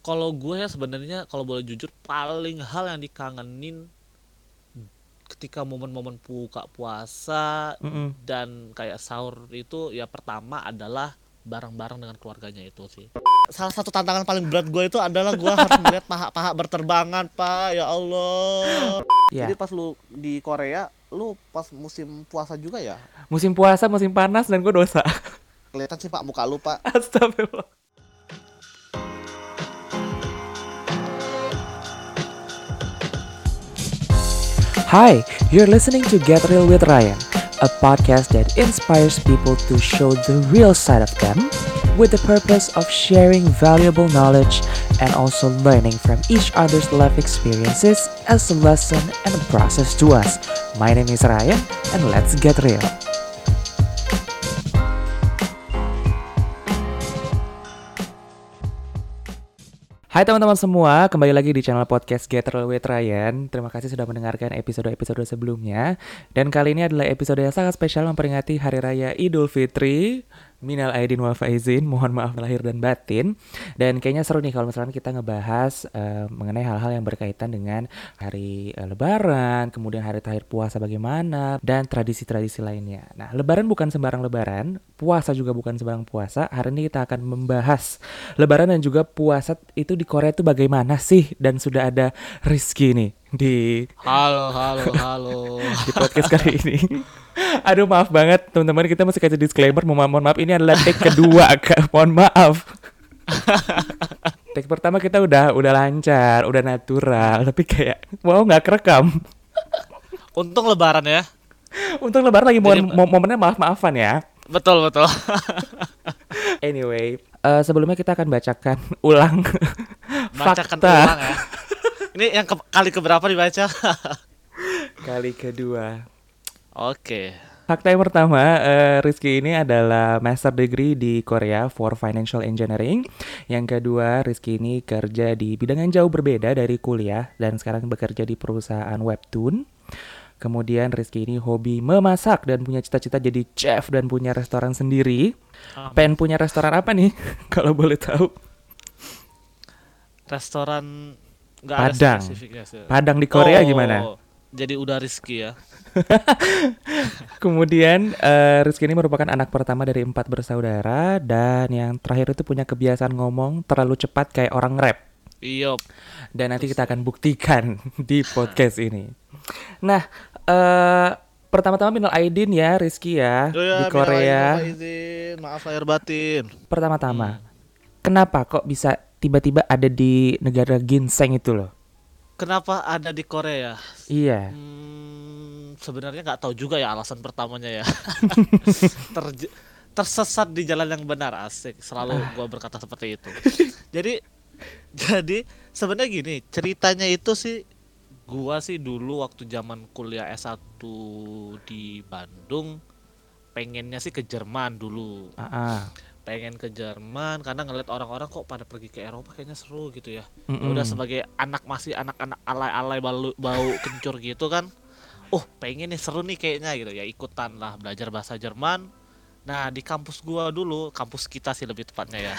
Kalau gue ya sebenarnya kalau boleh jujur paling hal yang dikangenin ketika momen-momen buka puasa Mm-mm. dan kayak sahur itu ya pertama adalah bareng-bareng dengan keluarganya itu sih. Salah satu tantangan paling berat gue itu adalah gue harus melihat paha-paha berterbangan, Pak. Ya Allah. Jadi Ya, pas lu di Korea, lu pas musim puasa juga ya? musim puasa, musim panas dan gue dosa. Kelihatan sih Pak muka lu, Pak. Astagfirullah. Hi, you're listening to Get Real with Ryan, a podcast that inspires people to show the real side of them with the purpose of sharing valuable knowledge and also learning from each other's life experiences as a lesson and a process to us. My name is Ryan, and let's get real. Hai teman-teman semua, kembali lagi di channel podcast Get Real with Ryan. Terima kasih sudah mendengarkan episode-episode sebelumnya. Dan kali ini adalah episode yang sangat spesial memperingati Hari Raya Idul Fitri. Minal aidin wal faizin, mohon maaf lahir dan batin. Dan kayaknya seru nih kalau misalnya kita ngebahas mengenai hal-hal yang berkaitan dengan hari Lebaran, kemudian hari terakhir puasa bagaimana, dan tradisi-tradisi lainnya. Nah, Lebaran bukan sembarang Lebaran, puasa juga bukan sembarang puasa. Hari ini kita akan membahas Lebaran dan juga puasa itu di Korea itu bagaimana sih? Dan sudah ada Rizky nih di Halo, halo, halo. di podcast kali ini. Aduh maaf banget teman-teman, kita masih kasih disclaimer, mohon maaf, ini adalah take kedua Kak. Mohon maaf. Take pertama kita udah lancar, udah natural, tapi kayak wow nggak kerekam. Untung Lebaran ya. Untuk Lebaran lagi Jadi momennya maaf-maafan ya. betul betul. Anyway, sebelumnya kita akan bacakan ulang Bacakan fakta ulang ya. Ini yang kali keberapa dibaca? kali kedua. Oke. Fakta yang pertama, Rizky ini adalah master degree di Korea for Financial Engineering. Yang kedua, Rizky ini kerja di bidang yang jauh berbeda dari kuliah dan sekarang bekerja di perusahaan webtoon. Kemudian Rizky ini hobi memasak dan punya cita-cita jadi chef dan punya restoran sendiri. Amin. Pengen punya restoran apa nih? Kalau boleh tahu. Restoran nggak ada Padang. spesifiknya sih. Padang di Korea gimana? Oh, jadi udah Rizky ya. Kemudian Rizky ini merupakan anak pertama dari 4 bersaudara dan yang terakhir itu punya kebiasaan ngomong terlalu cepat kayak orang rap. Iya. Dan nanti Terus kita ya. akan buktikan di podcast ini. Nah, eh pertama-tama minal aidin ya Rizky ya Oh di ya, minal aidin wal Korea. faizin. Maaf lahir batin. Pertama-tama, Hmm. kenapa kok bisa tiba-tiba ada di negara ginseng itu loh? Kenapa ada di Korea? Iya. Sebenarnya nggak tahu juga ya alasan pertamanya ya. Terj- Tersesat di jalan yang benar, asik. Selalu gua berkata seperti itu. Jadi jadi sebenarnya gini, ceritanya itu sih gua sih dulu waktu zaman kuliah S1 di Bandung pengennya sih ke Jerman dulu. Ah, ah. Pengen ke Jerman karena ngeliat orang-orang kok pada pergi ke Eropa kayaknya seru gitu ya. Ya udah Mm-mm. sebagai anak masih anak-anak alay-alay bau kencur gitu kan. Oh, pengen nih seru nih kayaknya gitu ya, ikutan lah belajar bahasa Jerman. Nah, di kampus gua dulu, kampus kita sih lebih tepatnya ya.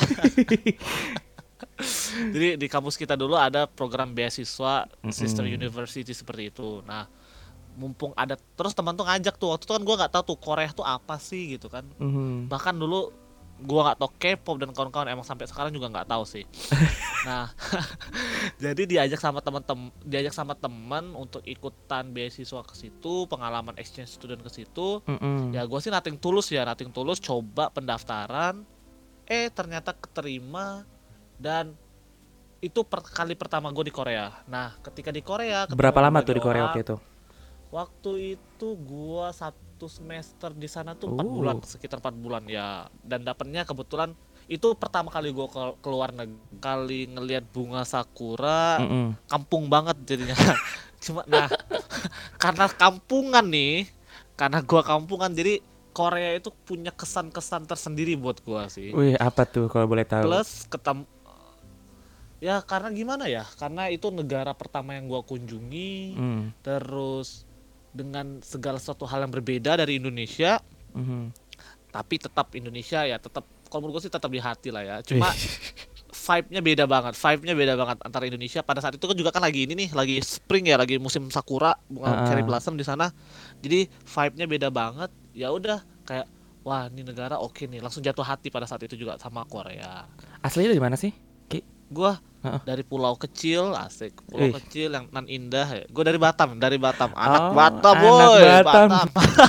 Jadi di kampus kita dulu ada program beasiswa sister Mm-mm. university seperti itu. Nah, mumpung ada terus teman tuh ngajak tuh waktu itu kan gua nggak tahu tuh Korea tuh apa sih gitu kan. Mhm. Bahkan dulu gua nggak tahu K-pop dan kawan-kawan, emang sampai sekarang juga nggak tahu sih. Nah, jadi diajak sama teman untuk ikutan beasiswa ke situ, pengalaman exchange student ke situ. Mm-mm. Ya gue sih nating tulus coba pendaftaran, ternyata keterima. Dan itu kali pertama gue di Korea. Nah, ketika di Korea ketemu Berapa lama tuh berbagai di Korea orang. waktu itu? Waktu itu gue 1 semester di sana tuh 4 bulan, Uh. sekitar 4 bulan ya. Dan dapetnya kebetulan itu pertama kali gue keluar negeri, kali ngelihat bunga sakura, Mm-mm. kampung banget jadinya. Cuma nah, karena kampungan nih, karena gue kampungan, jadi Korea itu punya kesan-kesan tersendiri buat gue sih. Wih, apa tuh kalau boleh tahu? Plus ketemu ya, karena gimana ya, karena itu negara pertama yang gue kunjungi. Hmm. Terus dengan segala sesuatu hal yang berbeda dari Indonesia, Mhm. tapi tetap Indonesia ya, tetap kalau menurut gue sih tetap di hati lah ya. Wih. Cuma vibe-nya beda banget. Vibe-nya beda banget antara Indonesia pada saat itu kan juga kan lagi ini nih, lagi spring ya, lagi musim sakura, bunga cherry Heeh. blossom di sana. Jadi vibe-nya beda banget. Ya udah kayak wah, ini negara oke nih. Langsung jatuh hati pada saat itu juga sama Korea. Aslinya dari mana sih, Ki? Gua Heeh. dari pulau kecil, asik. Pulau Wih. kecil yang nan indah ya. Gua dari Batam, dari Batam. Anak Oh, Batam, anak woi, Batam. Batam.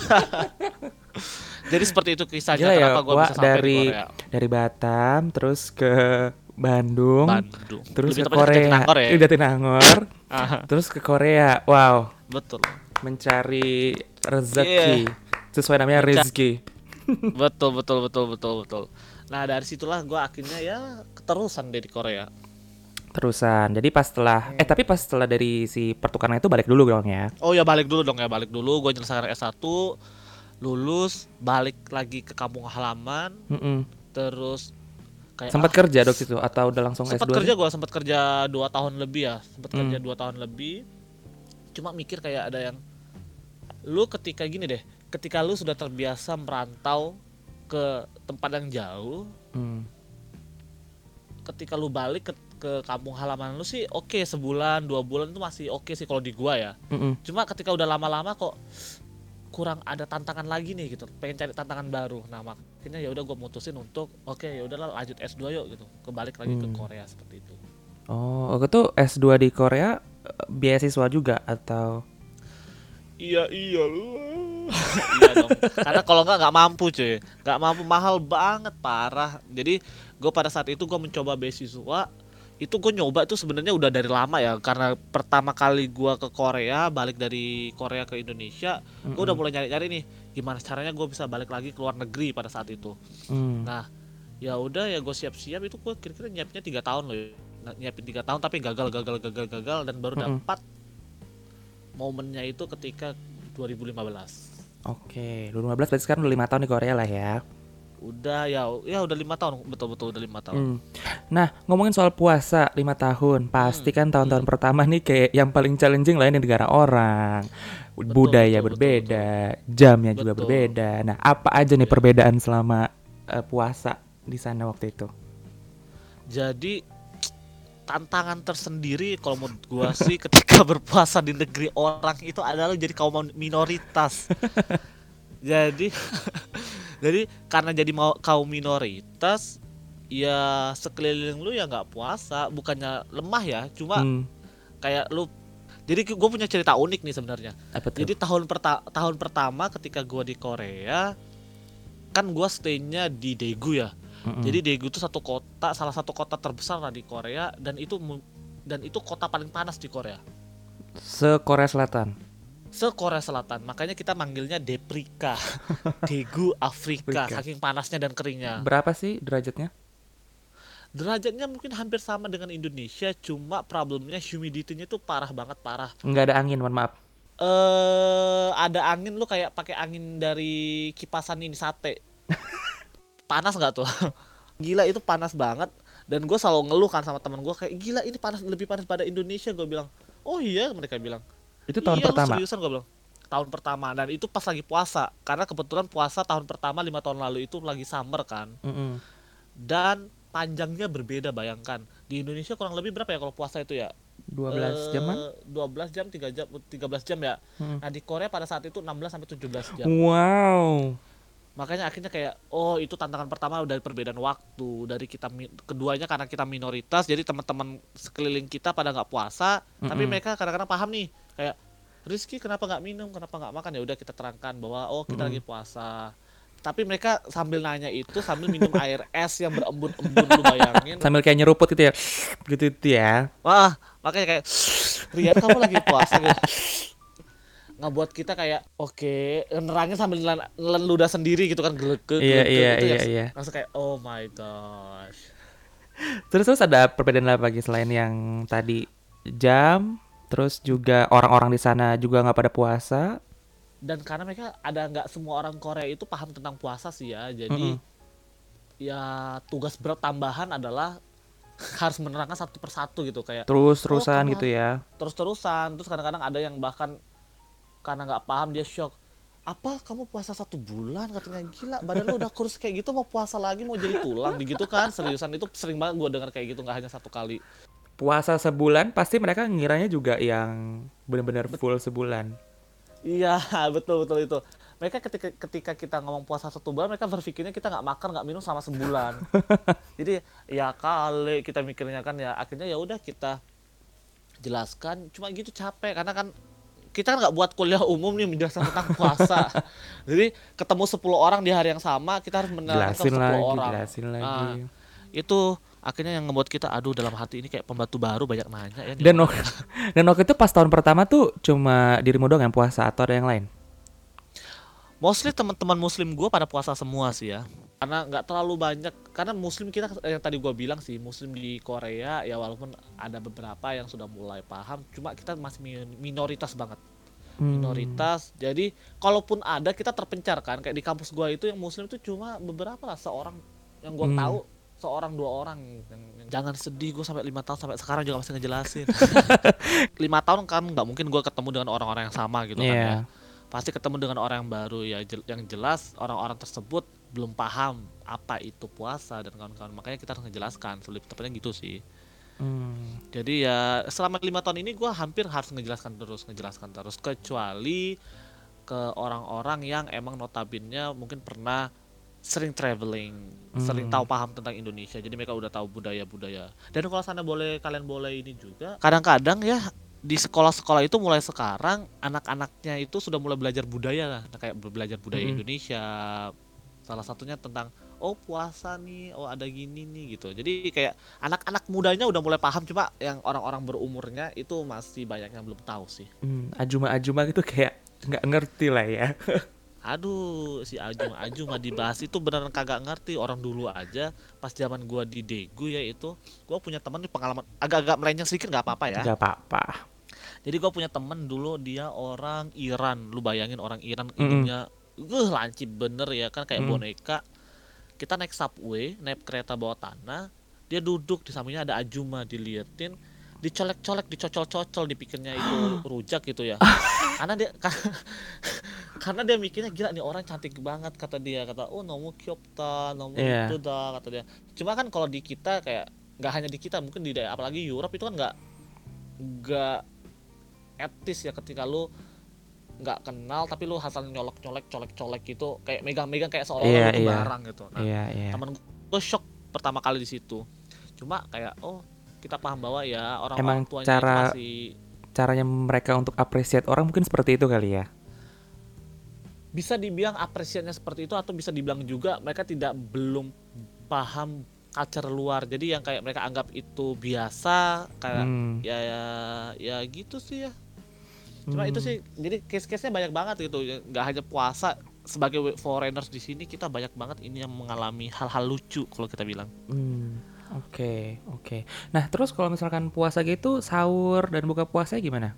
Jadi seperti itu kisahnya Gila ya, kenapa gua gua bisa sampai di dari Korea. Batam terus ke Bandung, Bandung. terus Lebih ke tepatnya ke Korea, Jatinangor ya. Jatinangor, Ah, terus ke Korea. Wow, betul. mencari Iya, rezeki sesuai namanya mencari. rezeki. Betul, betul, betul, betul, betul. Nah, dari situlah gua akhirnya ya keterusan deh di Korea. Terusan. Jadi pas setelah tapi pas setelah dari si pertukaran itu balik dulu dong ya. Oh ya balik dulu dong ya, balik dulu. Gua nyelesaikan S1, lulus, balik lagi ke kampung halaman, Mm-mm. terus kayak Sempat kerja dok situ atau udah langsung sempat S2 kerja, sih? gua sempat kerja 2 tahun lebih ya, sempat kerja Mm. 2 tahun lebih. Cuma mikir kayak ada yang lu ketika gini deh, ketika lu sudah terbiasa merantau ke tempat yang jauh, Mm. ketika lu balik ke kampung halaman lu sih oke, sebulan 2 bulan itu masih oke sih kalau di gua ya. Mm-mm. Cuma ketika udah lama-lama kok kurang ada tantangan lagi nih gitu, pengen cari tantangan baru. Nah makanya ya udah gue mutusin untuk oke ya udahlah lanjut S2 yuk gitu, kebalik lagi ke Mm. Korea seperti itu. Oh, oke tuh S2 di Korea beasiswa juga atau Iya iya lu. Iya dong. Karena kalau nggak mampu cuy, nggak mampu, mahal banget parah. Jadi gue pada saat itu gue mencoba beasiswa. Itu gue nyoba tuh sebenarnya udah dari lama ya, karena pertama kali gue ke Korea, balik dari Korea ke Indonesia, gue udah Mm-mm. mulai nyari-nyari nih gimana caranya gue bisa balik lagi ke luar negeri pada saat itu. Mm. Nah ya udah ya gue siap-siap, itu gue kira-kira nyiapnya 3 tahun loh ya. Nah, nyiapin 3 tahun tapi gagal dan baru Mm-mm. dapat momennya itu ketika 2015. Oke, 2015 berarti sekarang udah 5 tahun di Korea lah ya. Udah ya, ya udah 5 tahun, betul-betul udah 5 tahun. Hmm. Nah, ngomongin soal puasa 5 tahun, Hmm, pasti kan tahun-tahun hmm, pertama nih kayak yang paling challenging lain di negara orang. betul Budaya betul betul betul berbeda, jamnya juga betul. berbeda. Nah, apa aja nih Ya. perbedaan selama puasa di sana waktu itu? Jadi tantangan tersendiri kalau menurut gua sih ketika berpuasa di negeri orang itu adalah jadi kaum minoritas. Jadi jadi karena jadi mau kaum minoritas, ya sekeliling lu ya nggak puasa, bukannya lemah ya, cuma Hmm, kayak lu. Jadi gue punya cerita unik nih sebenarnya. apa tuh? Jadi tahun pertama ketika gue di Korea, kan gue stay-nya di Daegu ya. Mm-mm. Jadi Daegu itu satu kota, salah satu kota terbesar lah di Korea, dan itu kota paling panas di Korea. Se-Korea Selatan. Se-Korea Selatan. Makanya kita manggilnya Deprika. Daegu Afrika, Afrika. saking panasnya dan keringnya. Berapa sih derajatnya? Derajatnya mungkin hampir sama dengan Indonesia, cuma problemnya humidity-nya tuh parah banget, parah. Nggak ada angin, mohon maaf. Ada angin, lu kayak pakai angin dari kipasan ini sate. Panas nggak tuh? Gila itu panas banget. Dan gue selalu ngeluh kan sama teman gue, kayak gila ini panas, lebih panas pada Indonesia. Gue bilang, oh iya, mereka bilang, Itu tahun iya lu pertama. seriusan, gue bilang. Tahun pertama, dan itu pas lagi puasa, karena kebetulan puasa tahun pertama 5 tahun lalu itu lagi summer kan. Mm-mm. Dan panjangnya berbeda, bayangkan di Indonesia kurang lebih berapa ya kalau puasa itu ya, 12 jaman? 12 jam, 3 jam, 13 jam ya. Mm. Nah di Korea pada saat itu 16 sampai 17 jam. Wow. Makanya akhirnya kayak oh itu tantangan pertama dari perbedaan waktu dari kita, keduanya karena kita minoritas, jadi teman-teman sekeliling kita pada nggak puasa, tapi Mm-mm. mereka kadang-kadang paham nih kayak Rizky kenapa nggak minum, kenapa nggak makan, ya udah kita terangkan bahwa oh kita Mm-mm. lagi puasa. Tapi mereka sambil nanya itu sambil minum air es yang berembun-embun, lu bayangin. Sambil kayak nyeruput gitu ya. Gitu itu ya. Wah, makanya kayak Rian kamu lagi puasa gitu. Ngebuat kita kayak oke, nerangin sambil nelen ludah sendiri gitu kan, geleke Iya, geleke iya, itu ya, iya, iya. langsung kayak oh my gosh. Terus ada perbedaan apa lagi selain yang tadi jam, terus juga orang-orang di sana juga nggak pada puasa. Dan karena mereka ada, nggak semua orang Korea itu paham tentang puasa sih ya, jadi Mm-mm. ya tugas berat tambahan adalah harus menerangkan satu persatu gitu, kayak oh Terus-terusan kamu gitu harus ya. terus-terusan. Terus kadang-kadang ada yang bahkan karena nggak paham dia shock, apa kamu puasa 1 bulan katanya, gila badan lu udah kurus kayak gitu mau puasa lagi mau jadi tulang gitu kan, seriusan itu sering banget gue dengar kayak gitu, nggak hanya 1 kali. Puasa sebulan pasti mereka ngiranya juga yang benar-benar full sebulan. Iya betul betul itu, mereka ketika ketika kita ngomong puasa 1 bulan mereka berpikirnya kita nggak makan nggak minum sama sebulan. Jadi ya kali kita mikirnya kan, ya akhirnya ya udah kita jelaskan, cuma gitu capek karena kan kita kan nggak buat kuliah umum nih menjelaskan tentang puasa. Jadi ketemu 10 orang di hari yang sama kita harus menerangkan ke 10 orang. Jelasin lagi. Nah, itu akhirnya yang ngebuat kita aduh dalam hati ini kayak pembantu baru banyak nanya ya nih Dan orang wak- ya. dan waktu itu pas tahun pertama tuh cuma dirimu doang yang puasa atau ada yang lain? Mostly teman-teman muslim gue pada puasa semua sih ya. Karena nggak terlalu banyak, karena muslim kita yang tadi gue bilang sih, muslim di Korea ya walaupun ada beberapa yang sudah mulai paham, cuma kita masih minoritas banget. Hmm. Minoritas, jadi kalaupun ada kita terpencar kan, kayak di kampus gue itu yang muslim itu cuma beberapa lah, seorang yang gue Hmm. tahu, seorang dua orang. Jangan sedih, gue sampai 5 tahun sampai sekarang juga masih ngejelasin. 5 tahun kan nggak mungkin gue ketemu dengan orang-orang yang sama gitu kan ya, Iya. pasti ketemu dengan orang yang baru ya, yang jelas orang-orang tersebut belum paham apa itu puasa dan kawan-kawan, makanya kita harus ngejelaskan, lebih tepatnya gitu sih. Hmm. Jadi ya selama 5 tahun ini gue hampir harus ngejelaskan terus, kecuali ke orang-orang yang emang notabene mungkin pernah sering traveling, sering tahu Hmm. paham tentang Indonesia, jadi mereka udah tahu budaya-budaya. Dan kalau sana boleh, kalian boleh ini juga, kadang-kadang ya di sekolah-sekolah itu mulai sekarang anak-anaknya itu sudah mulai belajar budaya lah. Nah, kayak belajar budaya Hmm. Indonesia, salah satunya tentang oh puasa nih, oh ada gini nih gitu. Jadi kayak anak-anak mudanya udah mulai paham, cuma yang orang-orang berumurnya itu masih banyak yang belum tahu sih. Ajuma-ajuma gitu kayak nggak ngerti lah ya. Aduh, si Aju mah dibahas itu beneran kagak ngerti. Orang dulu aja pas zaman gua di Daegu ya itu, gua punya teman nih, pengalaman agak-agak melenceng sedikit nggak apa-apa ya. Nggak apa-apa. Jadi gua punya temen dulu, dia orang Iran. Lu bayangin orang Iran Mm-mm. hidungnya lancip bener ya kan, kayak Mm. boneka. Kita naik subway, naik kereta bawah tanah, dia duduk di sampingnya ada Ajuma, diliatin, dicolek-colek, dicocol-cocol, dipikirnya itu rujak gitu ya. Karena dia karena dia mikirnya gila nih orang cantik banget, kata dia, kata oh nomu kyopta nomu itu Iya. dah, kata dia. Cuma kan kalau di kita kayak nggak hanya di kita, mungkin di daerah apalagi Europe itu kan nggak etis ya ketika lu nggak kenal tapi lu asal nyolek-nyolek, colek-colek gitu, kayak megang-megang kayak seolah-olah Iya, lu tuh iya. barang gitu. Nah, Iya, iya. temen gue shock pertama kali di situ. Cuma kayak oh kita paham bahwa ya orang-orang Emang tuanya itu cara masih caranya mereka untuk appreciate orang mungkin seperti itu kali ya. bisa dibilang apresiasinya seperti itu, atau bisa dibilang juga mereka tidak belum paham culture luar, jadi yang kayak mereka anggap itu biasa, kayak Hmm. ya ya, ya gitu sih ya. Cuma itu Hmm. sih, jadi case-case-nya banyak banget gitu, nggak hanya puasa. Sebagai foreigners di sini kita banyak banget ini yang mengalami hal-hal lucu kalau kita bilang. Hmm. Oke, oke. Nah, terus kalau misalkan puasa gitu, sahur dan buka puasa gimana?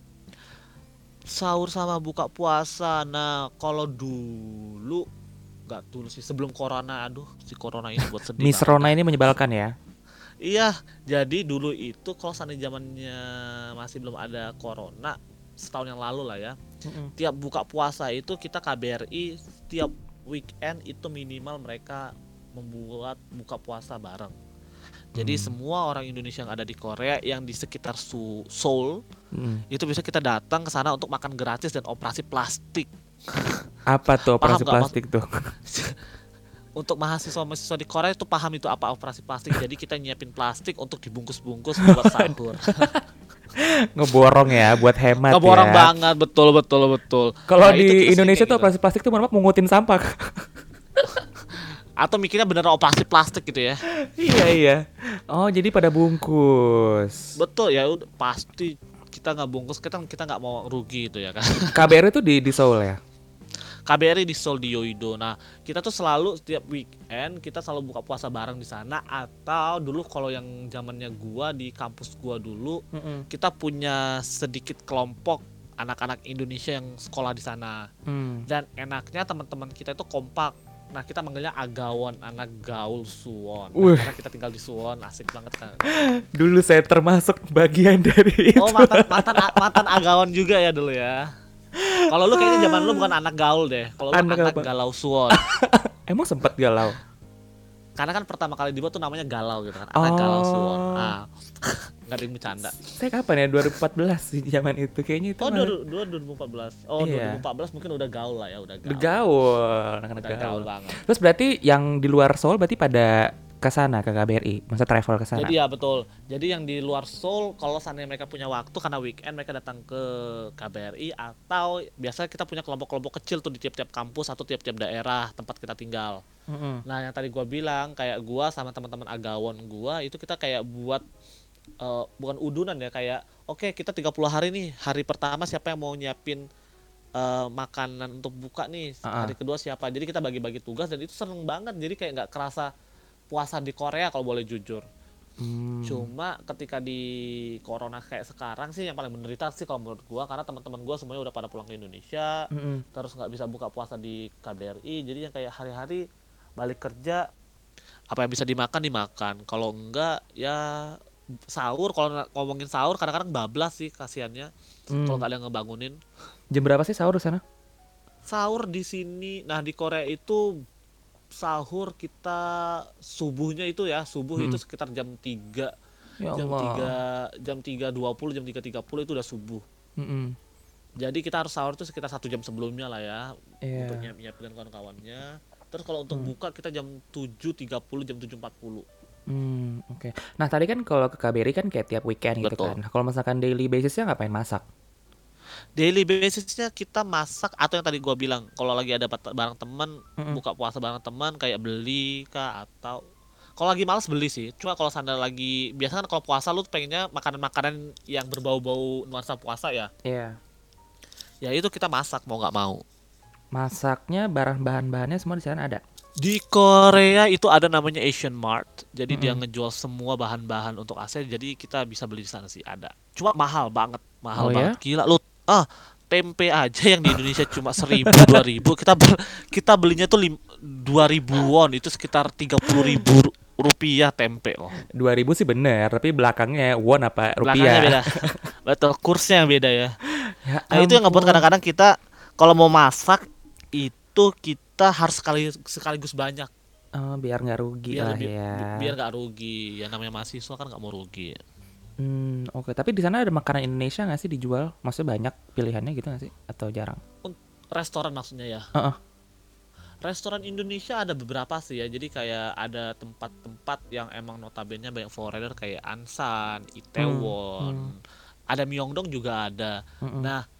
Sahur sama buka puasa, nah kalau dulu, nggak dulu sih, sebelum corona, aduh si corona ini buat sedih Miss banget Rona dah. ini menyebalkan ya. Iya, jadi dulu itu kalau seandainya zamannya masih belum ada corona, setahun yang lalu lah ya, Mm-mm. tiap buka puasa itu kita KBRI setiap weekend itu minimal mereka membuat buka puasa bareng. Jadi Hmm. semua orang Indonesia yang ada di Korea yang di sekitar Seoul Mm. itu bisa kita datang ke sana untuk makan gratis dan operasi plastik. Apa tuh Paham operasi nggak mas? plastik tuh? Untuk mahasiswa-mahasiswa di Korea itu paham itu apa operasi plastik. Jadi kita nyiapin plastik untuk dibungkus-bungkus buat sahur. Ngeborong ya buat hemat Keborong ya. banget, betul betul betul. Kalau Nah itu di kita sering Indonesia kayak tuh gitu. operasi plastik tuh mohon maaf mengutin sampah. Atau mikirnya beneran operasi plastik gitu ya. Iya, iya. Oh, jadi pada bungkus. Betul ya, udah pasti kita nggak bungkus, kita nggak mau rugi itu ya kan. KBRI tuh di Seoul ya. KBRI di Seoul di Yoido. Nah, kita tuh selalu setiap weekend kita selalu buka puasa bareng di sana, atau dulu kalau yang zamannya gua di kampus gua dulu, Mm-mm. kita punya sedikit kelompok anak-anak Indonesia yang sekolah di sana. Hmm. Dan enaknya teman-teman kita itu kompak. Nah, kita manggilnya Agawan, anak gaul Suwon. Nah, Wih. karena kita tinggal di Suwon, asik banget kan. Dulu saya termasuk bagian dari itu. Oh, mantan mantan mantan Agawan juga ya dulu ya. Kalau lu kayaknya zaman lu bukan anak gaul deh. Kalau lu Anak anak apa? galau suwon. Emang sempet galau? Karena kan pertama kali dibuat tuh namanya galau gitu kan. Anak galau suwon. Oh, Ah, nggak ada yang bercanda. saya kapan ya? 2014 sih zaman itu. Kayaknya itu Oh, malah. 2014. Oh, Iya, 2014 mungkin udah gaul lah ya, udah udah gaul. gaul, anak-anak Udah gaul gaul. banget. Terus berarti yang di luar Seoul berarti pada ke sana ke KBRI, masa travel ke sana. Jadi ya betul. Jadi yang di luar Seoul kalau seandainya mereka punya waktu karena weekend mereka datang ke KBRI atau biasanya kita punya kelompok-kelompok kecil tuh di tiap-tiap kampus atau tiap-tiap daerah tempat kita tinggal. Mm-mm. Nah, yang tadi gua bilang kayak gua sama teman-teman agawon gua itu kita kayak buat bukan udunan ya kayak oke kita 30 hari nih. Hari pertama siapa yang mau nyiapin makanan untuk buka nih, Ah, hari kedua siapa. Jadi kita bagi-bagi tugas dan itu seneng banget. Jadi kayak nggak kerasa puasa di Korea kalau boleh jujur. Hmm. Cuma ketika di corona kayak sekarang sih yang paling menderita sih kalau menurut gua karena teman-teman gua semuanya udah pada pulang ke Indonesia, Mm-mm. terus nggak bisa buka puasa di KBRI, jadi yang kayak hari-hari balik kerja apa yang bisa dimakan dimakan, kalau enggak ya sahur. Kalau ngomongin sahur kadang-kadang bablas sih kasihannya kalau Hmm. nggak ada yang ngebangunin. Jam berapa sih sahur di sana? Sahur di sini, nah di Korea itu sahur kita subuhnya itu ya subuh itu Mm-mm. sekitar jam 3, Ya jam Allah. 3 jam 3.20 jam 3.30 itu udah subuh. Mm-mm. Jadi kita harus sahur itu sekitar 1 jam sebelumnya lah ya untuk Iya. nyiapin kawan-kawannya. Terus kalau untuk Hmm. buka kita jam 7.30 jam 7.40. Oke. Nah, tadi kan kalau ke KBRI kan kayak tiap weekend gitu kan. Betul. Nah, kalau misalkan daily basisnya ngapain masak? Daily basisnya kita masak atau yang tadi gua bilang kalau lagi ada barang teman, Mm-mm. buka puasa bareng teman kayak beli kah atau kalau lagi malas beli sih. Cuma kalau sandal lagi biasa kan kalau puasa lu pengennya makanan-makanan yang berbau-bau nuansa puasa ya. Iya. Ya itu kita masak mau nggak mau. Masaknya barang bahan-bahannya semua di sana ada. Di Korea itu ada namanya Asian Mart. Jadi dia Mm-mm. ngejual semua bahan-bahan untuk AC. Jadi kita bisa beli di sana sih ada. Cuma mahal banget, Oh mahal banget. ya? Gila lu. Tempe aja yang di Indonesia cuma 1.000 2.000. Kita belinya tuh 2.000 won itu sekitar 30.000 rupiah tempe loh. 2000 sih bener, tapi belakangnya won apa Belakangnya rupiah? beda. Betul, kursnya yang beda ya. Ya Nah, itu yang ngebuat ampun. kadang-kadang kita kalau mau masak itu kita harus sekaligus banyak Oh, biar nggak rugi biar lah lebih ya. biar nggak rugi ya namanya mahasiswa kan nggak mau rugi. Oke. Tapi di sana ada makanan Indonesia nggak sih dijual? Maksudnya banyak pilihannya gitu nggak sih? Atau jarang? Restoran maksudnya ya, Heeh. restoran Indonesia ada beberapa sih ya, jadi kayak ada tempat-tempat yang emang notabene banyak foreigner kayak Ansan, Hmm. Hmm. Itaewon, ada Myeongdong juga ada. Mm-mm. Nah,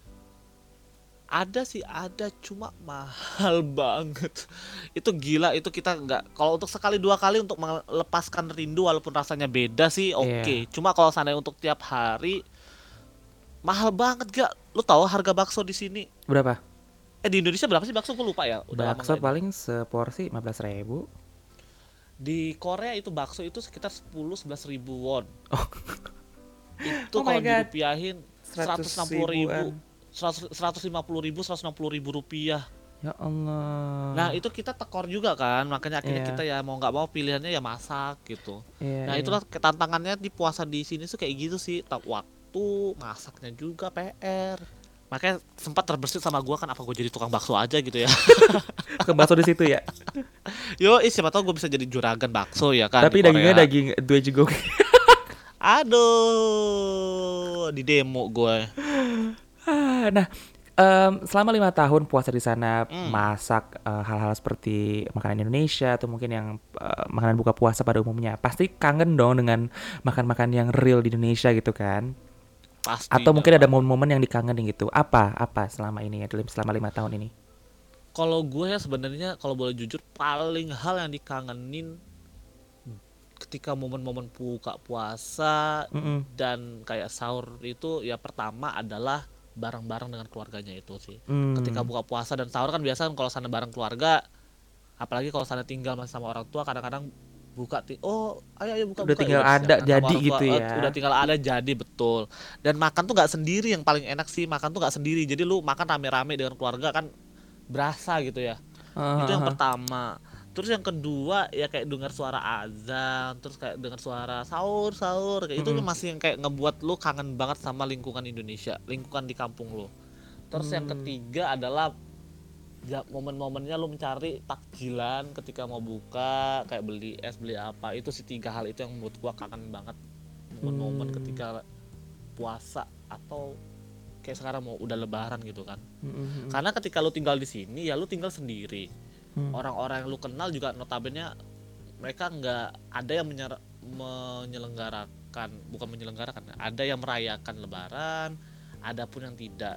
ada sih ada cuma mahal banget. Itu gila, itu kita nggak, kalau untuk sekali dua kali untuk melepaskan rindu walaupun rasanya beda sih Iya. oke. Cuma kalau seandainya untuk tiap hari mahal banget gak. Lu tahu harga bakso di sini, Berapa? di Indonesia berapa sih bakso, gue lupa ya, udah lama Bakso nggak ini. paling seporsi 15.000. Di Korea itu bakso itu sekitar 10-11 ribu won. Oh, Itu oh my kalau god. dirupiahin 100 160 ribu, ribuan. 150 ribu, 160 ribu rupiah. Ya Allah. Nah itu kita tekor juga kan, makanya akhirnya kita Iya. ya mau nggak mau pilihannya ya masak gitu. Iya, Nah iya. itulah tantangannya di puasa di sini tuh kayak gitu sih, tak waktu masaknya juga PR. Makanya sempat terbersit sama gua kan apa gue jadi tukang bakso aja gitu ya. Ke bakso di situ ya. Yo, siapa tahu gue bisa jadi juragan bakso ya kan di Tapi dagingnya Korea. daging Dwejigok. Aduh, di demo gue. Nah, selama 5 tahun puasa di sana, Hmm, masak hal-hal seperti makanan Indonesia atau mungkin yang makanan buka puasa pada umumnya, pasti kangen dong dengan makan-makan yang real di Indonesia gitu kan? Atau pastinya mungkin ada kangen. momen-momen yang dikangenin gitu. Apa selama ini ya, selama 5 tahun ini? Kalau gue ya sebenarnya kalau boleh jujur paling hal yang dikangenin ketika momen-momen buka puasa Mm-mm. dan kayak sahur itu ya pertama adalah bareng-bareng dengan keluarganya itu sih. Ketika Hmm. buka puasa dan sahur kan biasa kan kalau sana bareng keluarga, apalagi kalau sana tinggal masih sama orang tua kadang-kadang oh ayo ayo Udah buka-buka ya tinggal udah ada disiapkan sama jadi orang tua. gitu Udah ya. tinggal ada jadi betul. Dan makan tuh nggak sendiri, yang paling enak sih makan tuh nggak sendiri, jadi lu makan rame-rame dengan keluarga kan berasa gitu ya. Itu yang Hahaha. pertama. Terus yang kedua ya kayak dengar suara azan, terus kayak dengar suara sahur sahur kayak itu Mm-mm. masih yang kayak ngebuat lu kangen banget sama lingkungan Indonesia, lingkungan di kampung lu. Terus yang ketiga adalah momen-momennya lu mencari takjilan ketika mau buka, kayak beli es, beli apa. Itu sih 3 hal itu yang menurut gua kangen banget. Momen-momen ketika puasa atau kayak sekarang mau udah lebaran gitu kan. Karena ketika lu tinggal di sini ya lu tinggal sendiri. Orang-orang yang lu kenal juga notabene mereka nggak ada yang menyelenggarakan, bukan menyelenggarakan, ada yang merayakan lebaran, ada pun yang tidak,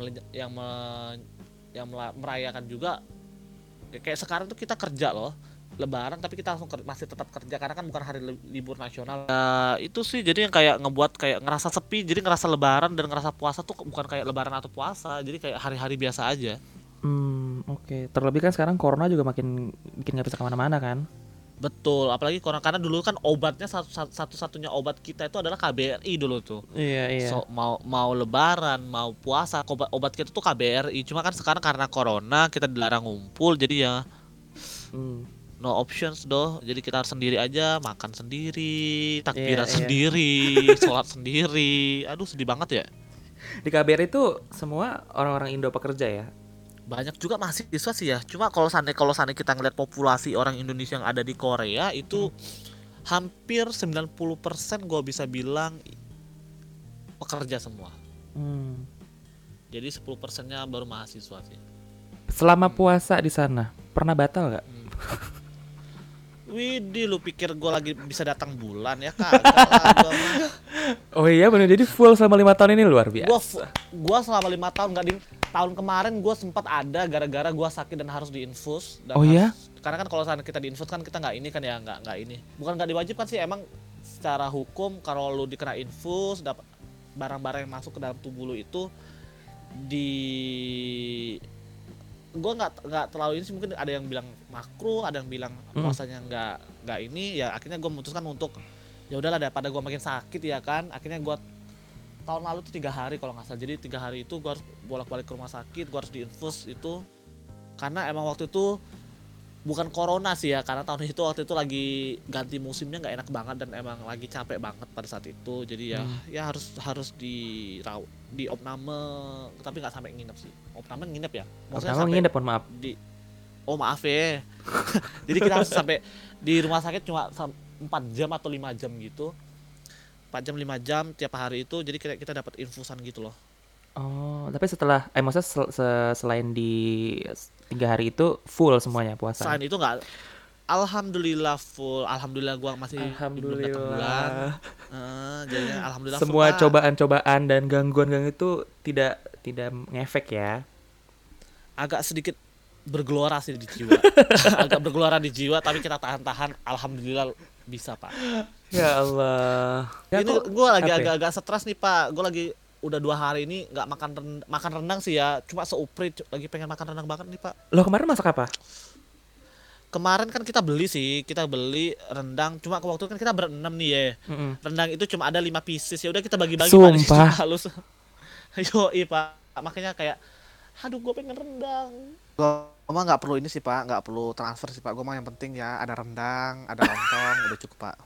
yang merayakan juga. Kayak sekarang tuh kita kerja loh lebaran tapi kita langsung masih tetap kerja karena kan bukan hari libur nasional. Itu sih jadi yang kayak ngebuat kayak ngerasa sepi, jadi ngerasa lebaran dan ngerasa puasa tuh bukan kayak lebaran atau puasa, jadi kayak hari-hari biasa aja. Oke. Terlebih kan sekarang corona juga makin bikin nggak bisa kemana-mana kan. Betul, apalagi karena dulu kan obatnya satu-satunya obat kita itu adalah KBRI dulu tuh. Iya. So mau lebaran, mau puasa, obat kita tuh KBRI. Cuma kan sekarang karena corona kita dilarang ngumpul, jadi ya no options doh. Jadi kita harus sendiri aja, makan sendiri, takbiran sendiri, sholat sendiri. Aduh sedih banget ya. Di KBR itu semua orang-orang Indo pekerja ya. Banyak juga mahasiswa sih ya. Cuma kalau seandainya kita ngeliat populasi orang Indonesia yang ada di Korea itu hampir 90% gue bisa bilang pekerja semua. Jadi 10%-nya baru mahasiswa sih. Selama puasa di sana pernah batal nggak? Widih, lu pikir gue lagi bisa datang bulan ya kagak lah. Oh iya benar, jadi full selama 5 tahun ini luar biasa. Gua selama 5 tahun nggak tahun kemarin gue sempat ada gara-gara gue sakit dan harus diinfus. Ya? Karena kan kalau sana kita diinfus kan kita nggak ini kan ya, nggak ini. Bukan nggak diwajibkan sih, emang secara hukum kalau lu dikena infus, dapat barang-barang yang masuk ke dalam tubuh lu itu gue nggak terlalu ini sih, mungkin ada yang bilang makruh, ada yang bilang puasanya nggak ini ya. Akhirnya gue memutuskan untuk ya udahlah daripada gue makin sakit ya kan. Akhirnya gue tahun lalu tuh 3 hari kalau nggak salah. Jadi 3 hari itu gue harus bolak-balik ke rumah sakit, gue harus diinfus itu karena emang waktu itu bukan corona sih ya, karena waktu itu lagi ganti musimnya, nggak enak banget dan emang lagi capek banget pada saat itu. Jadi ya harus di opname, tapi nggak sampai nginep sih. Opname nginep ya, maksudnya sampai nginep, mohon maaf maaf ya. Jadi kita harus sampai di rumah sakit cuma 4 jam atau 5 jam gitu, 4 jam 5 jam tiap hari itu. Jadi kita dapat infusan gitu loh. Tapi setelah maksudnya selain di 3 hari itu full semuanya puasa? Selain itu nggak, alhamdulillah full. Alhamdulillah gua masih belum datang bulan. Jadinya alhamdulillah semua full, cobaan-cobaan dan gangguan itu tidak ngefek ya? Agak sedikit bergelora sih di jiwa. Agak bergelora di jiwa, tapi kita tahan-tahan. Alhamdulillah bisa pak. Ya Allah. Ini gue lagi agak-agak stres nih pak. Gue lagi udah 2 hari ini nggak makan rendang sih ya. Cuma seuprit, lagi pengen makan rendang banget nih pak. Lo kemarin masak apa? Kemarin kan kita beli rendang. Cuma waktu itu kan kita berenam nih ya. Rendang itu cuma ada 5 pieces. Ya udah kita bagi-bagi. Sumpah. Halus. Yoi pak. Makanya kayak, aduh gue pengen rendang. Gue mah nggak perlu ini sih pak, nggak perlu transfer sih pak. Gue mah yang penting ya ada rendang, ada lontong, udah cukup pak.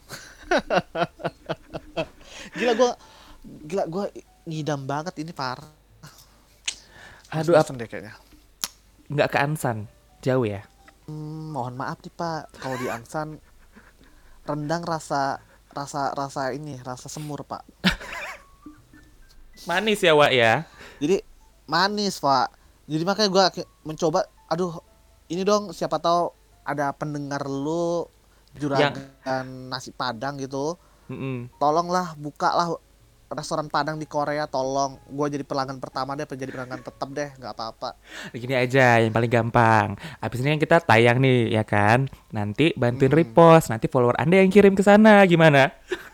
Gila gue ngidam banget ini parah. Aduh, apa deh kayaknya. Nggak ke Ansan, jauh ya? Mohon maaf nih pak, kalau di Ansan rendang rasa semur pak. Manis ya Wak ya? Jadi manis pak. Jadi makanya gue mencoba, aduh ini dong siapa tahu ada pendengar lu juragan nasi Padang gitu. Tolonglah bukalah restoran Padang di Korea, tolong. Gue jadi pelanggan pertama deh, jadi pelanggan tetap deh, nggak apa-apa. Gini aja, yang paling gampang. Abis ini yang kita tayang nih, ya kan? Nanti bantuin repost, nanti follower Anda yang kirim ke sana, gimana?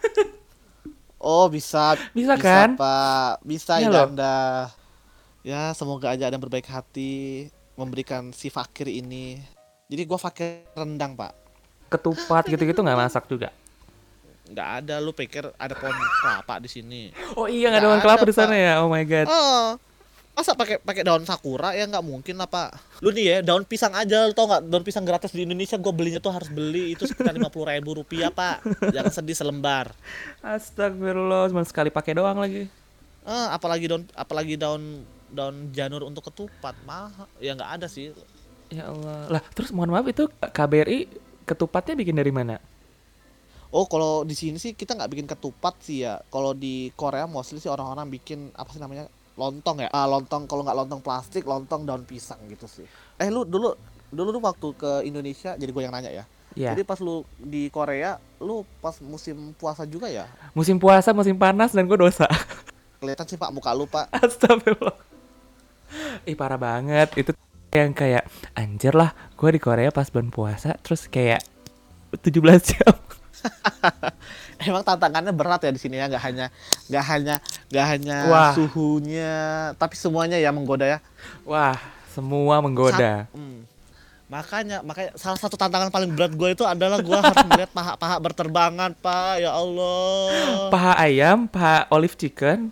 Oh bisa kan? Pak, bisa ya Anda. Ya semoga aja ada yang berbaik hati memberikan si fakir ini. Jadi gue fakir rendang pak. Ketupat gitu-gitu nggak masak juga? Nggak ada, lu pikir ada pohon kelapa di sini? Oh iya, nggak ada pohon kelapa di sana ya? Oh my god. Masa pakai daun sakura ya, nggak mungkin lah pak. Lu nih ya daun pisang aja, lu tau nggak daun pisang gratis di Indonesia? Gue belinya tuh harus beli itu sekitar 50.000 rupiah pak. Jangan sedih, selembar. Astagfirullah, cuma sekali pakai doang lagi. Apalagi daun daun janur untuk ketupat mahal ya, nggak ada sih. Ya Allah. Lah, terus mohon maaf itu KBRI ketupatnya bikin dari mana? Oh, kalau di sini sih kita nggak bikin ketupat sih ya. Kalau di Korea mostly sih orang-orang bikin apa sih namanya, lontong ya. Lontong, kalau nggak lontong plastik, lontong daun pisang gitu sih. Lu dulu dulu lu waktu ke Indonesia, jadi gue yang nanya ya. Ya, Jadi pas lu di Korea, lu pas musim puasa juga ya? musim puasa, musim panas dan gue dosa. Kelihatan sih Pak muka lu Pak. Astagfirullah. Ih, parah banget. Itu yang kayak anjir lah, gue di Korea pas bulan puasa terus kayak 17 jam. Emang tantangannya berat ya di sini ya, nggak hanya nggak hanya Wah, suhunya, tapi semuanya ya menggoda ya. wah, semua Sat, menggoda. makanya salah satu tantangan paling berat gue itu adalah gue harus melihat paha-paha berterbangan Pak, ya Allah. Paha ayam, paha olive chicken.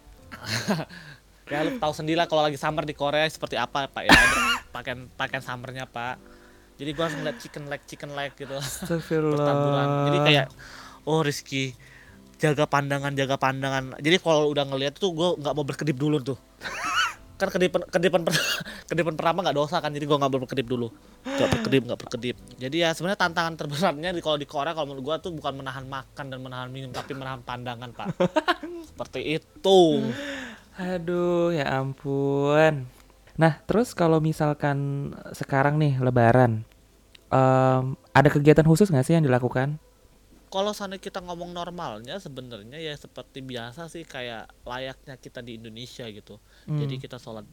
Ya lu tahu sendiri lah kalau lagi summer di Korea seperti apa Pak ya, ada pakaian summernya Pak. Jadi gue harus ngeliat chicken leg gitu bertaburan. Jadi kayak, Astagfirullah. oh Rizky, jaga pandangan. Jadi kalau udah ngeliat tuh gue nggak mau berkedip dulu tuh. Kan kedipan pertama nggak dosa kan, jadi gue nggak berkedip dulu, nggak berkedip. Jadi ya sebenarnya tantangan terberatnya kalau di Korea kalau menurut gue tuh bukan menahan makan dan menahan minum, tapi menahan pandangan Pak. Seperti itu. Aduh, ya ampun. Nah, terus kalau misalkan sekarang nih Lebaran, ada kegiatan khusus nggak sih yang dilakukan? Kalau sana kita ngomong normalnya sebenarnya ya seperti biasa sih, kayak layaknya kita di Indonesia gitu. Jadi Hmm. kita sholat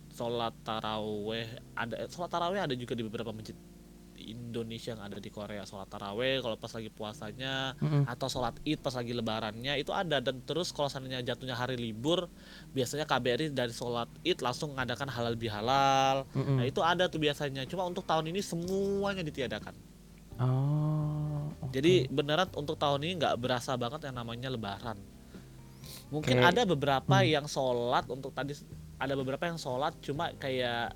sholat taraweh ada juga di beberapa masjid di Indonesia yang ada di Korea. Sholat taraweh kalau pas lagi puasanya, Mm-mm. atau sholat id pas lagi lebarannya itu ada. Dan terus kalau seandainya jatuhnya hari libur, biasanya KBRI dari sholat id langsung mengadakan halal bihalal. Nah Mm-mm. itu ada tuh biasanya, cuma untuk tahun ini semuanya ditiadakan. Oh, Jadi oke. beneran untuk tahun ini nggak berasa banget yang namanya lebaran. Mungkin Kayak, ada beberapa hmm. yang sholat untuk tadi, ada beberapa yang sholat cuma kayak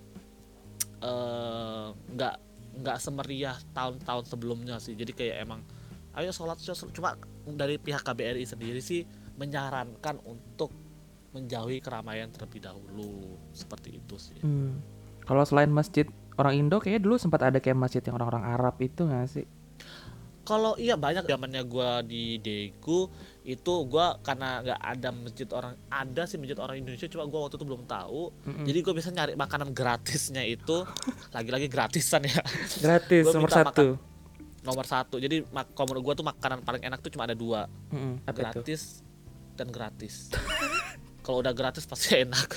nggak semeriah tahun-tahun sebelumnya sih. Jadi kayak emang ayo sholat, cuma dari pihak KBRI sendiri sih menyarankan untuk menjauhi keramaian terlebih dahulu, seperti itu sih. Hmm. Kalau selain masjid orang Indo, kayaknya dulu sempat ada kayak masjid yang orang-orang Arab itu nggak sih? Kalau iya banyak, zamannya gua di Daegu itu gua karena nggak ada masjid orang, ada sih masjid orang Indonesia cuma gua waktu itu belum tahu. Mm-mm. Jadi gua bisa nyari makanan gratisnya itu, lagi-lagi gratisan ya. Gratis Gua nomor minta makan satu. nomor satu. Jadi kalau menurut gua tuh makanan paling enak tuh cuma ada dua, Mm-mm. Apa itu? gratis dan gratis. Kalau udah gratis pasti enak.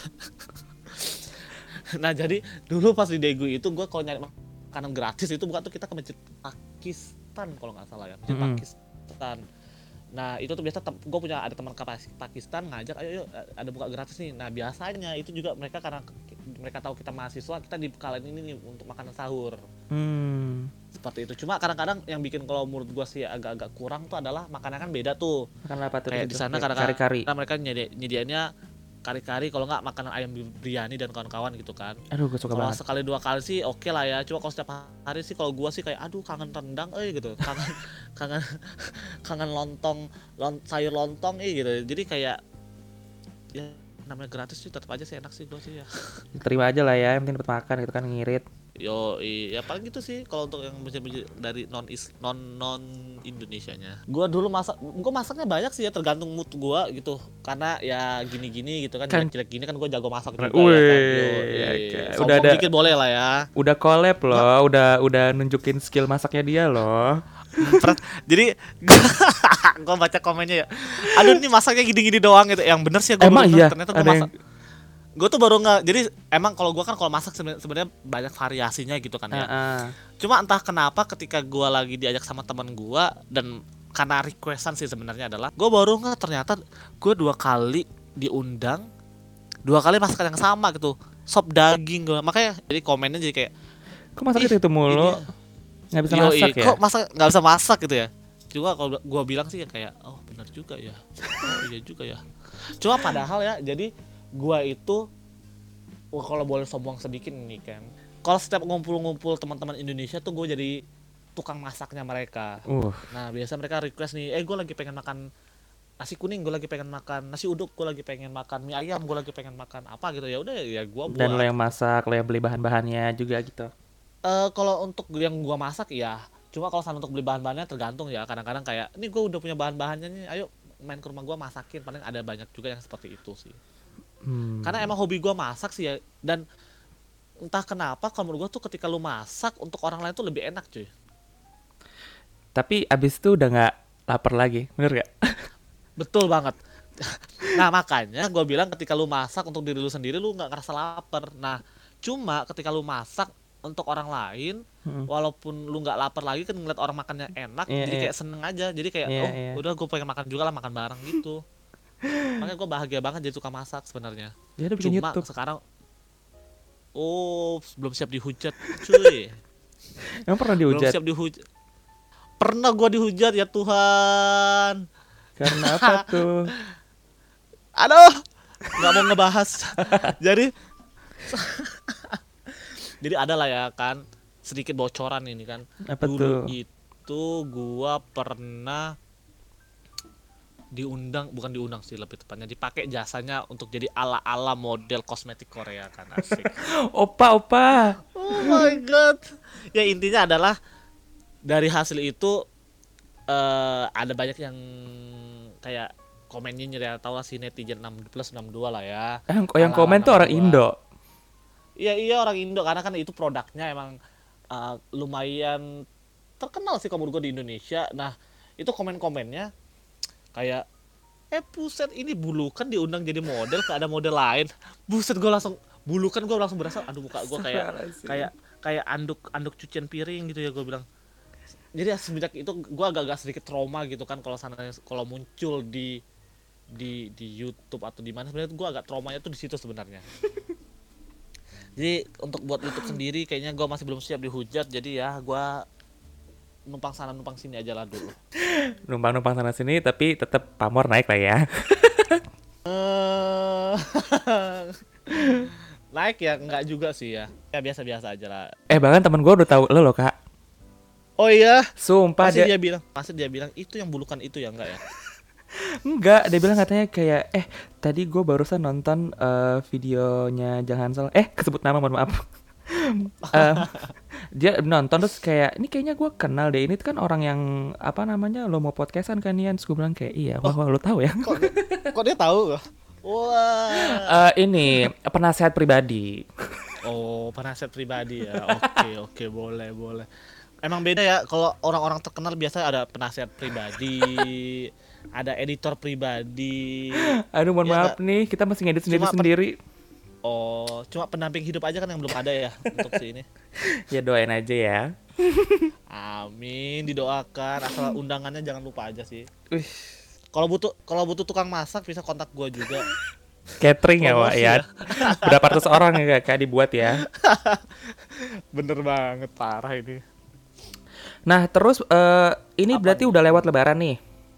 Nah jadi dulu pas di Daegu itu gua kalau nyari makanan gratis itu bukan tuh kita ke masjid Pakistan kalau nggak salah ya, masjid Mm-mm. Pakistan. Nah itu tuh biasa gue punya ada teman ke Pakistan ngajak, ayo yuk ada buka gratis nih. Nah biasanya itu juga mereka, karena mereka tahu kita mahasiswa, kita dibekalain ini nih untuk makanan sahur Hmm. seperti itu. Cuma kadang-kadang yang bikin kalau menurut gue sih agak-agak kurang tuh adalah makanan kan beda tuh. Makan apa tuh di Kayak di situ? sana Kayak kadang-kadang kari-kari. mereka nyediainnya kari-kari, kalau nggak makanan ayam biryani dan kawan-kawan gitu kan. Aduh, gue suka Kalau banget. sekali dua kali sih oke lah ya, cuma kalau setiap hari sih kalau gua sih kayak aduh kangen rendang gitu, kangen kangen kangen lontong, sayur lontong gitu. Jadi kayak ya namanya gratis sih tetap aja sih enak sih gua sih ya. Terima aja lah ya, yang penting dapat makan gitu kan, ngirit. Yo ya paling gitu sih kalau untuk yang masjid-masjid dari non Indonesianya. Gua masaknya banyak sih ya, tergantung mood gua gitu. Karena ya gini-gini gitu kan, Kan, jelek-jelek gini kan gua jago masak juga ya kan. Yo wih, ya kan. Udah sombong ada, dikit boleh lah ya. udah collab Enggak. loh, udah nunjukin skill masaknya dia loh. Jadi gua baca komennya ya, aduh ini masaknya gini-gini doang gitu. Yang bener sih, gue Emang baru iya, ternyata gue ada yang, masak. Gue tuh baru nggak, jadi emang kalau gue kan kalau masak sebenarnya banyak variasinya gitu kan ya. ah, Cuma entah kenapa ketika gue lagi diajak sama teman gue, dan karena requestan sih sebenarnya, adalah gue baru nggak ternyata gue 2 kali diundang, 2 kali masakan yang sama gitu, sop daging gue. Makanya jadi komennya jadi kayak, kok masak ih itu ini mulu, nggak bisa yoi, masak ya? kok masak nggak bisa masak gitu ya. Juga kalau gue bilang sih ya kayak, oh benar juga ya, oh iya juga ya. Cuma padahal ya, jadi gue itu, kalau boleh sombong sedikit nih kan, kalau setiap ngumpul-ngumpul teman-teman Indonesia tuh gue jadi tukang masaknya mereka. Uh, Nah biasa mereka request nih, gue lagi pengen makan nasi kuning gue lagi pengen makan, nasi uduk gue lagi pengen makan, mie ayam gue lagi pengen makan apa gitu, ya udah ya gue Dan lo buat yang gitu. masak, lo yang beli bahan-bahannya juga gitu. Kalau untuk yang gue masak ya, cuma kalau sama untuk beli bahan-bahannya tergantung ya, kadang-kadang kayak ini gue udah punya bahan-bahannya nih, ayo main ke rumah gue masakin, paling ada banyak juga yang seperti itu sih. Karena emang hobi gue masak sih ya, dan entah kenapa kalau menurut gue tuh ketika lu masak untuk orang lain tuh lebih enak cuy. Tapi abis itu udah nggak lapar lagi, bener gak? Betul banget. Nah makanya gue bilang ketika lu masak untuk diri lu sendiri lu nggak ngerasa lapar. Nah cuma ketika lu masak untuk orang lain, walaupun lu nggak lapar lagi kan ngeliat orang makannya enak, Iya, jadi iya, kayak seneng aja, jadi kayak iya, oh iya. udah gue pengen makan juga lah, makan bareng gitu. Makanya gue bahagia banget jadi suka masak sebenarnya. Dia udah bikin Cuma YouTube. sekarang belum siap dihujat cuy. Emang pernah Belum dihujat? siap dihujat. Pernah gue dihujat ya Tuhan. Karena apa tuh? Aduh, nggak mau ngebahas. jadi jadi ada lah ya kan, sedikit bocoran ini kan. Apa Dulu tuh? itu gua pernah diundang, bukan diundang sih lebih tepatnya, dipakai jasanya untuk jadi ala-ala model kosmetik Korea kan, asik. Opa, opa. Oh my god. Ya intinya adalah dari hasil itu ada banyak yang kayak komen nyinyir ya, tau lah si netizen 6+62 lah ya. Yang Ala-ala komen tuh nama orang gua. Indo. Iya iya orang Indo, karena kan itu produknya emang lumayan terkenal sih kalau menurut gue di Indonesia. Nah itu komen-komennya kayak buset ini Bulukan diundang jadi model, gak ada model lain. Buset gue langsung Bulukan, gue langsung berasa aduh muka gue kayak Astagfirullahaladzim. kayak kayak anduk anduk cucian piring gitu ya, gue bilang. Jadi semenjak itu gue agak-agak sedikit trauma gitu kan, kalau sana kalau muncul di YouTube atau di mana, sebenarnya gue agak traumanya tuh di situ sebenarnya. Jadi untuk buat YouTube sendiri kayaknya gue masih belum siap dihujat, jadi ya gue numpang sana numpang sini aja lah dulu. Numpang-numpang sana sini tapi tetap pamor naik lah ya. Eh, naik ya enggak juga sih ya, ya biasa-biasa aja lah. Bahkan temen gue udah tahu lo loh kak. Oh iya, Sumpah dia pasti dia bilang itu yang Bulukan itu ya, enggak ya? enggak, dia bilang katanya kayak tadi gue barusan nonton videonya jangan salah kesebut nama mohon maaf. Eh, Dia nonton terus kayak ini kayaknya gue kenal deh, ini kan orang yang apa namanya lo mau podcastan kan Ian, terus gue bilang kayak iya wah, Oh, wah lo tahu ya. kok kok dia tahu? Wah. Ini penasehat pribadi. Oh, penasihat pribadi ya. Oke, oke, boleh, boleh. Emang beda ya, kalau orang-orang terkenal biasanya ada penasihat pribadi, ada editor pribadi. Aduh mohon Ya maaf enggak? nih, kita masih ngedit Cuma sendiri-sendiri. cuma pendamping hidup aja kan yang belum ada ya untuk si ini. Ya doain aja ya. Amin, didoakan, asal undangannya jangan lupa aja sih. Wih, Kalau butuh tukang masak bisa kontak gua juga. catering ya Wak Promosi ya. ya. Berapa ratus orang ya kak dibuat ya. Bener banget, parah ini. Nah terus ini Apa berarti nih? udah lewat lebaran nih.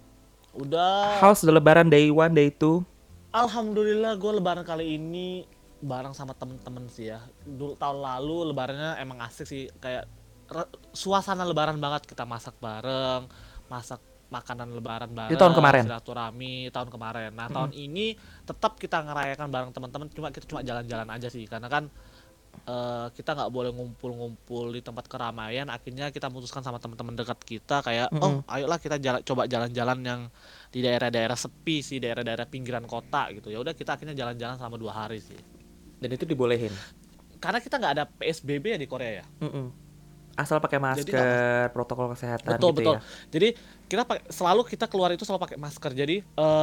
Udah. How's the lebaran day 1, day 2? Alhamdulillah gue lebaran kali ini bareng sama temen-temen sih ya. Dulu tahun lalu lebarannya emang asik sih, kayak suasana lebaran banget, kita masak bareng, masak makanan lebaran Itu tahun bareng, kemarin. silaturahmi tahun kemarin. Nah, Mm-mm. tahun ini tetap kita ngerayakan bareng teman-teman, cuma kita cuma jalan-jalan aja sih, karena kan kita nggak boleh ngumpul-ngumpul di tempat keramaian. Akhirnya kita memutuskan sama teman-teman dekat kita kayak Mm-mm. ayolah kita coba jalan-jalan yang di daerah-daerah sepi sih, daerah-daerah pinggiran kota gitu. Ya udah kita akhirnya jalan-jalan selama 2 hari sih, Dan itu dibolehin. karena kita nggak ada PSBB ya di Korea ya. Mm-mm. Asal pakai Jadi nggak masker, protokol kesehatan betul gitu betul. ya. Jadi selalu kita keluar itu selalu pakai masker. Jadi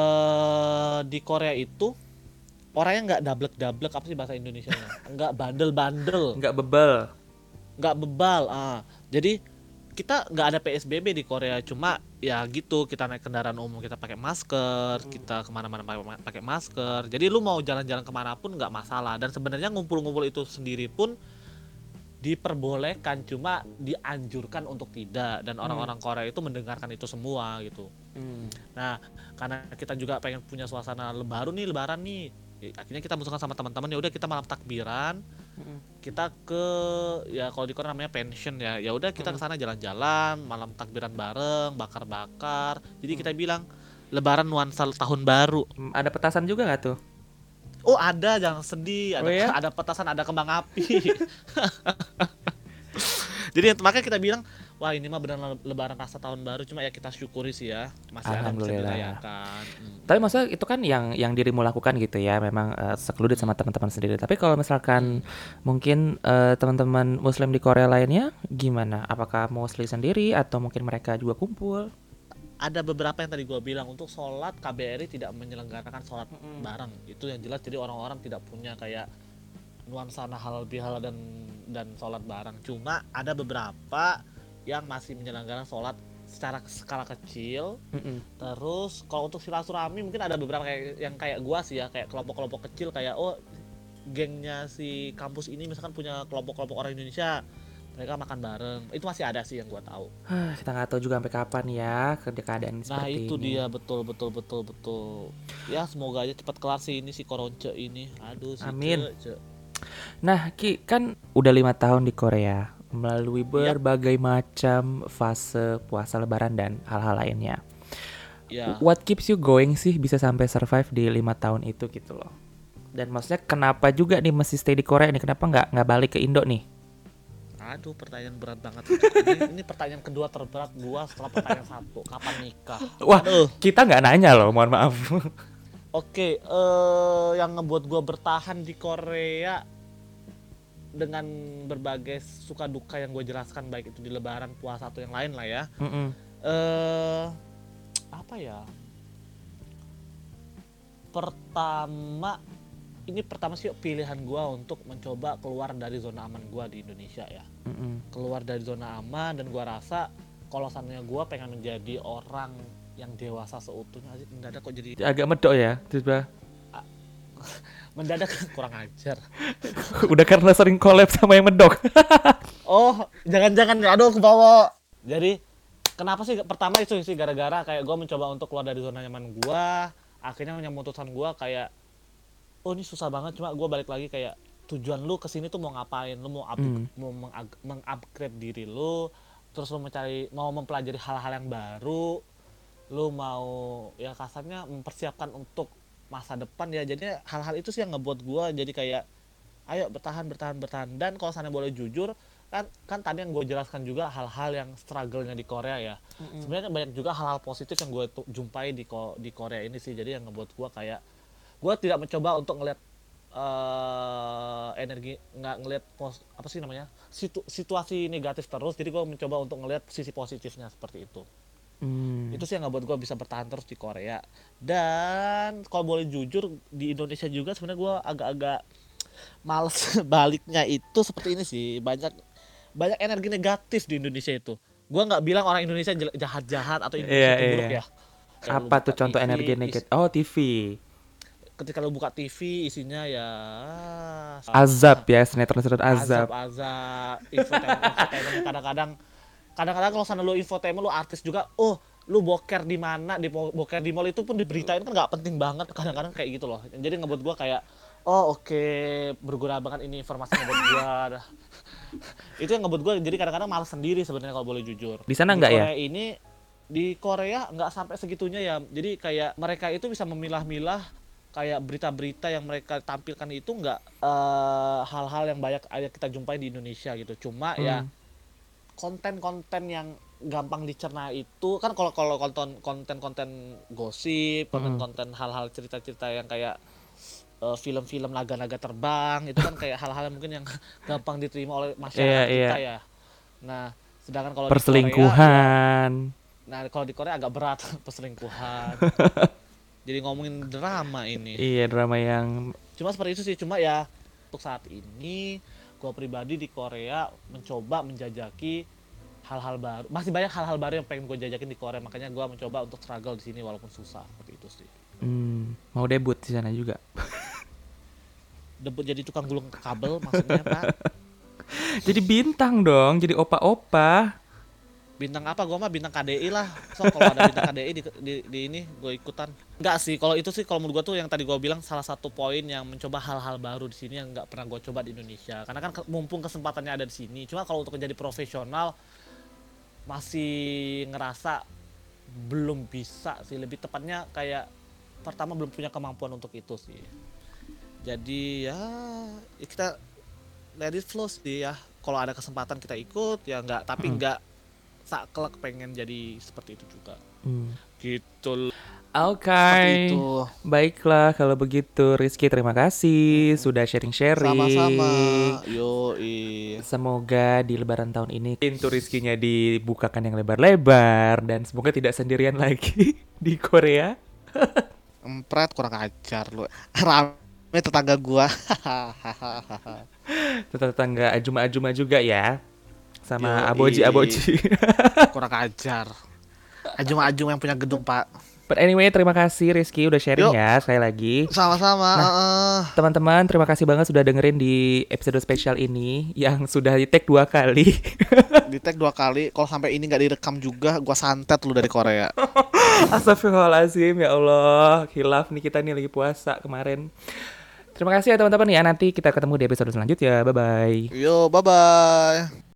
di Korea itu orangnya nggak dablek-dablek, apa sih bahasa Indonesianya, nggak bandel-bandel, Nggak bebel. nggak bebal. Jadi kita nggak ada PSBB di Korea, cuma ya gitu, kita naik kendaraan umum kita pakai masker, kita kemana-mana pakai masker. Jadi lu mau jalan-jalan kemana pun nggak masalah, dan sebenarnya ngumpul-ngumpul itu sendiri pun diperbolehkan, cuma dianjurkan untuk tidak, dan orang-orang Korea itu mendengarkan itu semua gitu. Nah, karena kita juga pengen punya suasana lebaran nih, akhirnya kita musuhkan sama teman-teman, ya udah kita malam takbiran, kita ke, ya kalau di Korea namanya pension ya, ya udah kita ke sana jalan-jalan, malam takbiran bareng, bakar-bakar. Jadi kita bilang Lebaran nuansa tahun baru. Ada petasan juga nggak tuh? Oh ada, jangan sedih. Oh ya? Ada petasan, ada kembang api. Jadi makanya kita bilang, wah ini mah benar Lebaran rasa tahun baru. Cuma ya kita syukuri sih ya, masih ada bisa Alhamdulillah. dirayakan. Tapi maksudnya itu kan yang dirimu lakukan gitu ya, memang secluded sama teman-teman sendiri. Tapi kalau misalkan mungkin teman-teman Muslim di Korea lainnya gimana? Apakah Muslim sendiri atau mungkin mereka juga kumpul? Ada beberapa yang tadi gue bilang, untuk sholat KBRI tidak menyelenggarakan sholat bareng. Itu yang jelas, jadi orang-orang tidak punya kayak nuansa halal bihalal dan sholat bareng. Cuma ada beberapa yang masih menyelenggarakan sholat secara skala kecil. Terus kalau untuk silaturahmi mungkin ada beberapa kayak gua sih ya, kayak kelompok-kelompok kecil, kayak gengnya si kampus ini misalkan punya kelompok-kelompok orang Indonesia, mereka makan bareng. Itu masih ada sih yang gua tahu. Kita nggak tahu juga sampai kapan ya keadaan Nah seperti itu ini. dia, betul. Ya semoga aja cepat kelar sih ini si koronce ini. Aduh si Amin. Ce. Nah, Ki kan udah 5 tahun di Korea, melalui berbagai macam fase puasa Lebaran dan hal-hal lainnya. Ya. What keeps you going sih bisa sampai survive di 5 tahun itu gitu loh? Dan maksudnya kenapa juga nih mesti stay di Korea nih? Kenapa nggak balik ke Indo nih? Aduh, pertanyaan berat banget. Ini pertanyaan kedua terberat gua setelah pertanyaan satu. Kapan nikah? Wah, Aduh. kita nggak nanya loh, mohon maaf. Oke, yang ngebuat gua bertahan di Korea dengan berbagai suka duka yang gue jelaskan, baik itu di Lebaran, puasa atau yang lain lah ya. Apa ya? Pertama sih pilihan gue untuk mencoba keluar dari zona aman gue di Indonesia ya. Keluar dari zona aman, dan gue rasa kalau seandainya gue pengen menjadi orang yang dewasa seutuhnya, mendadak kok jadi Agak medok ya, tiba. mendadak kurang ajar. Udah karena sering collab sama yang medok. Oh, jangan-jangan ya, aduh kebawa. Jadi kenapa sih? Pertama itu sih gara-gara kayak gue mencoba untuk keluar dari zona nyaman gue. Akhirnya memutuskan gue kayak, oh ini susah banget. Cuma gue balik lagi kayak, tujuan lu kesini tuh mau ngapain? Lu mau mengupgrade diri lu, terus lu mau mempelajari hal-hal yang baru, lu mau ya kasarnya mempersiapkan untuk masa depan ya. Jadi hal-hal itu sih yang ngebuat gue jadi kayak, ayo bertahan. Dan kalau sana boleh jujur, kan tadi yang gue jelaskan juga hal-hal yang struggle-nya di Korea ya. Sebenarnya banyak juga hal-hal positif yang gue jumpai di Korea ini sih. Jadi yang ngebuat gue kayak, gue tidak mencoba untuk ngelihat energi, nggak ngelihat apa sih namanya, situasi negatif terus. Jadi gue mencoba untuk ngelihat sisi positifnya seperti itu. Itu sih yang ngebuat gue bisa bertahan terus di Korea. Dan kalau boleh jujur, di Indonesia juga sebenarnya gue agak-agak males baliknya itu seperti ini sih. Banyak energi negatif di Indonesia itu. Gue nggak bilang orang Indonesia jahat-jahat atau Indonesia itu buruk ya. Kayak Apa tuh contoh TV, energi negatif? Oh, TV. ketika lu buka TV isinya ya Azab ya, sinetron azab. infotainment. Kadang-kadang kalau sana lu infotainment, lu artis juga, lu boker di mana, boker di mall itu pun diberitain, kan nggak penting banget kadang-kadang kayak gitu loh. Jadi ngebuat gua kayak, oke, berguna banget ini informasi ngebuat gua. Itu yang ngebuat gua jadi kadang-kadang malas sendiri sebenarnya kalau boleh jujur. Di sana nggak ya? Di Korea nggak sampai segitunya ya. Jadi kayak mereka itu bisa memilah-milah kayak berita-berita yang mereka tampilkan itu nggak hal-hal yang banyak kita jumpai di Indonesia gitu. Cuma ya konten-konten yang gampang dicerna itu kan, kalau konten-konten gosip, konten-konten hal-hal cerita-cerita yang kayak film-film naga-naga terbang itu kan kayak hal-hal yang mungkin yang gampang diterima oleh masyarakat kita ya. Nah, sedangkan kalau perselingkuhan. Kalau di Korea agak berat perselingkuhan. Jadi ngomongin drama ini. Iya, drama yang Cuma seperti itu sih. Cuma ya untuk saat ini gue pribadi di Korea mencoba menjajaki hal-hal baru. Masih banyak hal-hal baru yang pengen gue jajakin di Korea. Makanya gue mencoba untuk struggle di sini walaupun susah, seperti itu sih. Mau debut di sana juga. Debut jadi tukang gulung kabel maksudnya, Pak? Jadi bintang dong, jadi opa-opa. Bintang apa? Gue mah bintang KDI lah. So kalau ada bintang KDI di ini gue ikutan. Enggak sih, kalau itu sih kalau menurut gue tuh yang tadi gue bilang salah satu poin yang mencoba hal-hal baru di sini yang nggak pernah gue coba di Indonesia. Karena kan mumpung kesempatannya ada di sini. Cuma kalau untuk menjadi profesional masih ngerasa belum bisa sih, lebih tepatnya kayak pertama belum punya kemampuan untuk itu sih. Jadi ya kita let it flow sih ya. Kalau ada kesempatan kita ikut ya nggak, tapi nggak saklek pengen jadi seperti itu juga. Gitu. Oke, Seperti itu. baiklah kalau begitu Rizky, terima kasih sudah sharing-sharing. Sama-sama. Semoga di lebaran tahun ini pintu Rizkynya dibukakan yang lebar-lebar dan semoga tidak sendirian lagi di Korea. Empret, kurang ajar lu. Rame tetangga gua. Tetangga Ajuma-Ajuma juga ya, sama Yoi. Aboji-Aboji. Kurang ajar. Ajung-ajung yang punya gedung, Pak. But anyway, terima kasih Rizky udah sharing Yuk. ya sekali lagi. Sama-sama. Teman-teman, terima kasih banget sudah dengerin di episode spesial ini yang sudah di-tag 2 kali. Di tag 2 kali. Kalau sampai ini nggak direkam juga, gua santet lu dari Korea. Astagfirullahaladzim, ya Allah. Hilaf nih kita nih lagi puasa kemarin. Terima kasih ya teman-teman ya. Nanti kita ketemu di episode selanjutnya. Bye-bye. Yo, bye-bye.